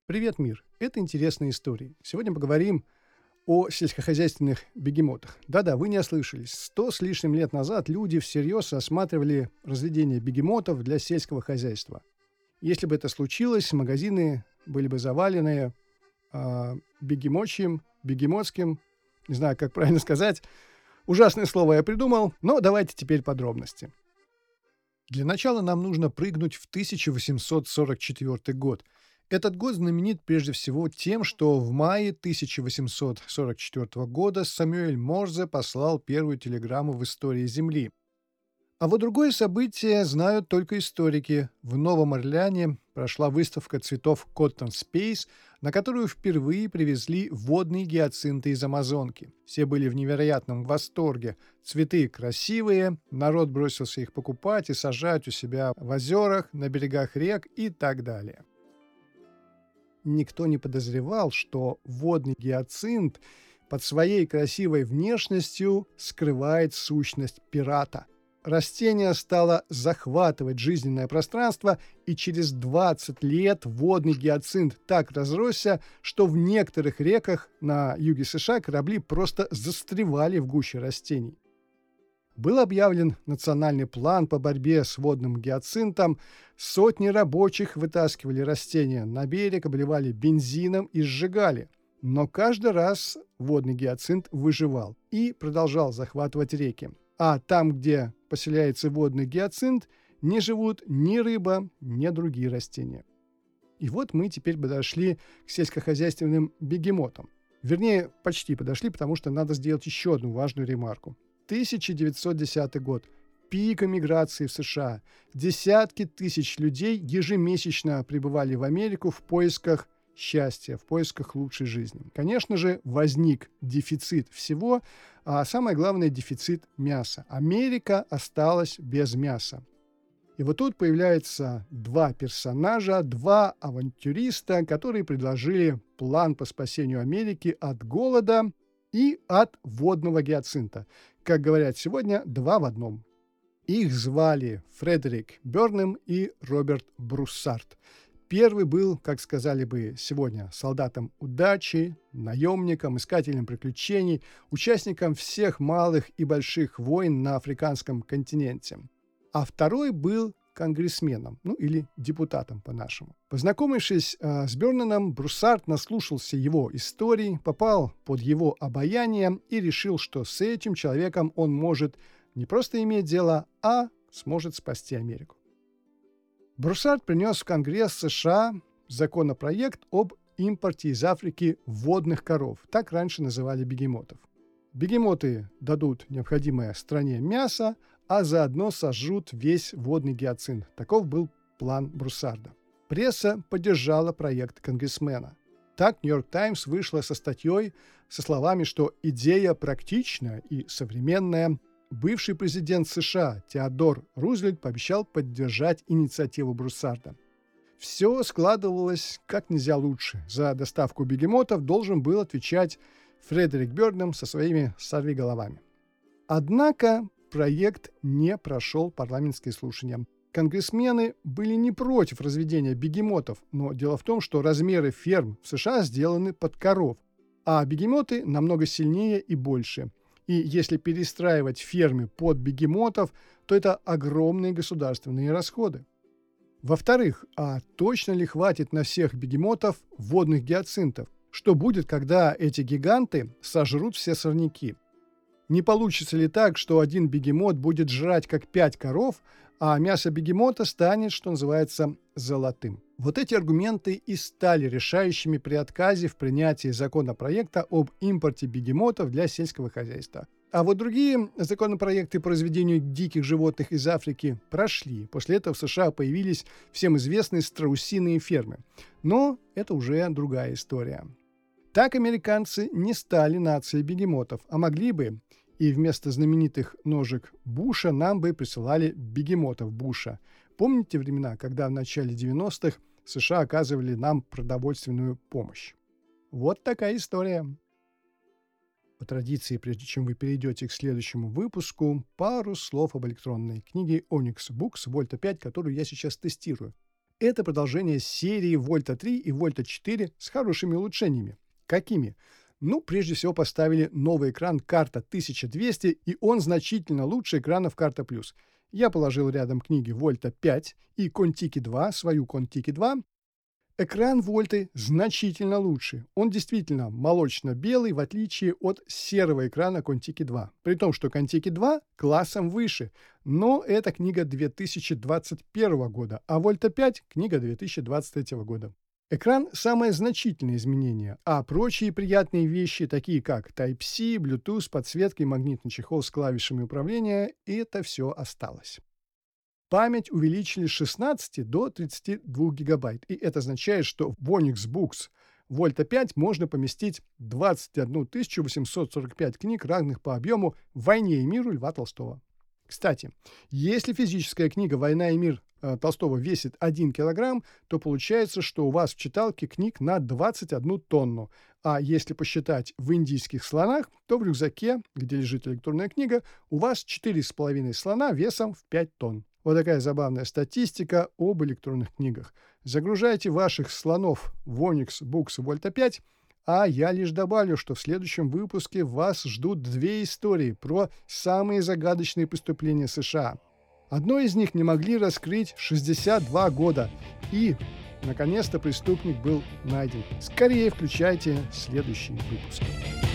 Привет, мир! Это интересные истории. Сегодня поговорим о сельскохозяйственных бегемотах. Да-да, вы не ослышались. 100 с лишним лет назад люди всерьез рассматривали разведение бегемотов для сельского хозяйства. Если бы это случилось, магазины были бы завалены бегемотским, не знаю, как правильно сказать. Ужасное слово я придумал, но давайте теперь подробности. Для начала нам нужно прыгнуть в 1844 год. Этот год знаменит прежде всего тем, что в мае 1844 года Самюэль Морзе послал первую телеграмму в истории Земли. А вот другое событие знают только историки. В Новом Орлеане прошла выставка цветов Cotton Space, на которую впервые привезли водные гиацинты из Амазонки. Все были в невероятном восторге. Цветы красивые, народ бросился их покупать и сажать у себя в озерах, на берегах рек и так далее. Никто не подозревал, что водный гиацинт под своей красивой внешностью скрывает сущность пирата. Растение стало захватывать жизненное пространство, и через 20 лет водный гиацинт так разросся, что в некоторых реках на юге США корабли просто застревали в гуще растений. Был объявлен национальный план по борьбе с водным гиацинтом. Сотни рабочих вытаскивали растения на берег, обливали бензином и сжигали. Но каждый раз водный гиацинт выживал и продолжал захватывать реки. А там, где поселяется водный гиацинт, не живут ни рыба, ни другие растения. И вот мы теперь подошли к сельскохозяйственным бегемотам. Вернее, почти подошли, потому что надо сделать еще одну важную ремарку. 1910 год. Пик эмиграции в США. Десятки тысяч людей ежемесячно прибывали в Америку в поисках счастья, в поисках лучшей жизни. Конечно же, возник дефицит всего, а самое главное – дефицит мяса. Америка осталась без мяса. И вот тут появляются два персонажа, два авантюриста, которые предложили план по спасению Америки от голода и от водного гиацинта. Как говорят сегодня, два в одном. Их звали Фредерик Бёрнем и Роберт Бруссард. Первый был, как сказали бы сегодня, солдатом удачи, наемником, искателем приключений, участником всех малых и больших войн на африканском континенте. А второй был конгрессменом, или депутатом по-нашему. Познакомившись с Бёрнемом, Бруссард наслушался его историй, попал под его обаяние и решил, что с этим человеком он может не просто иметь дело, а сможет спасти Америку. Бруссард принес в Конгресс США законопроект об импорте из Африки водных коров. Так раньше называли бегемотов. Бегемоты дадут необходимое стране мясо, а заодно сожрут весь водный гиацинт. Таков был план Бруссарда. Пресса поддержала проект конгрессмена. Так Нью-Йорк Таймс вышла со статьей со словами, что идея практичная и современная. Бывший президент США Теодор Рузвельт пообещал поддержать инициативу Бруссарда. Все складывалось как нельзя лучше. За доставку бегемотов должен был отвечать Фредерик Бёрнем со своими сорвиголовами. Однако проект не прошел парламентские слушания. Конгрессмены были не против разведения бегемотов, но дело в том, что размеры ферм в США сделаны под коров, а бегемоты намного сильнее и больше. И если перестраивать фермы под бегемотов, то это огромные государственные расходы. Во-вторых, а точно ли хватит на всех бегемотов водных гиацинтов? Что будет, когда эти гиганты сожрут все сорняки? Не получится ли так, что один бегемот будет жрать как 5 коров, а мясо бегемота станет, что называется, золотым? Вот эти аргументы и стали решающими при отказе в принятии законопроекта об импорте бегемотов для сельского хозяйства. А вот другие законопроекты по разведению диких животных из Африки прошли. После этого в США появились всем известные страусиные фермы. Но это уже другая история. Так американцы не стали нацией бегемотов, а могли бы, и вместо знаменитых ножек Буша нам бы присылали бегемотов Буша. Помните времена, когда в начале 90-х США оказывали нам продовольственную помощь? Вот такая история. По традиции, прежде чем вы перейдете к следующему выпуску, пару слов об электронной книге Onyx Books Volta 5, которую я сейчас тестирую. Это продолжение серии Вольта 3 и Вольта 4 с хорошими улучшениями. Какими? Ну, прежде всего поставили новый экран Карта 1200, и он значительно лучше экранов Карта Плюс. Я положил рядом книги Вольта 5 и Контики 2, свою Контики 2. Экран Вольты значительно лучше. Он действительно молочно-белый, в отличие от серого экрана Контики 2. При том, что Контики 2 классом выше. Но это книга 2021 года, а Вольта 5 – книга 2023 года. Экран – самое значительное изменение, а прочие приятные вещи, такие как Type-C, Bluetooth, подсветка и магнитный чехол с клавишами управления – это все осталось. Память увеличили с 16 до 32 гигабайт, и это означает, что в Onyx Books Вольта 5 можно поместить 21 845 книг, равных по объему «Войне и миру» Льва Толстого. Кстати, если физическая книга «Война и мир» Толстого весит 1 килограмм, то получается, что у вас в читалке книг на 21 тонну. А если посчитать в индийских слонах, то в рюкзаке, где лежит электронная книга, у вас 4,5 слона весом в 5 тонн. Вот такая забавная статистика об электронных книгах. Загружайте ваших слонов в Onyx Books Вольта 5, а я лишь добавлю, что в следующем выпуске вас ждут две истории про самые загадочные преступления США. Одно из них не могли раскрыть 62 года, и, наконец-то, преступник был найден. Скорее включайте следующий выпуск.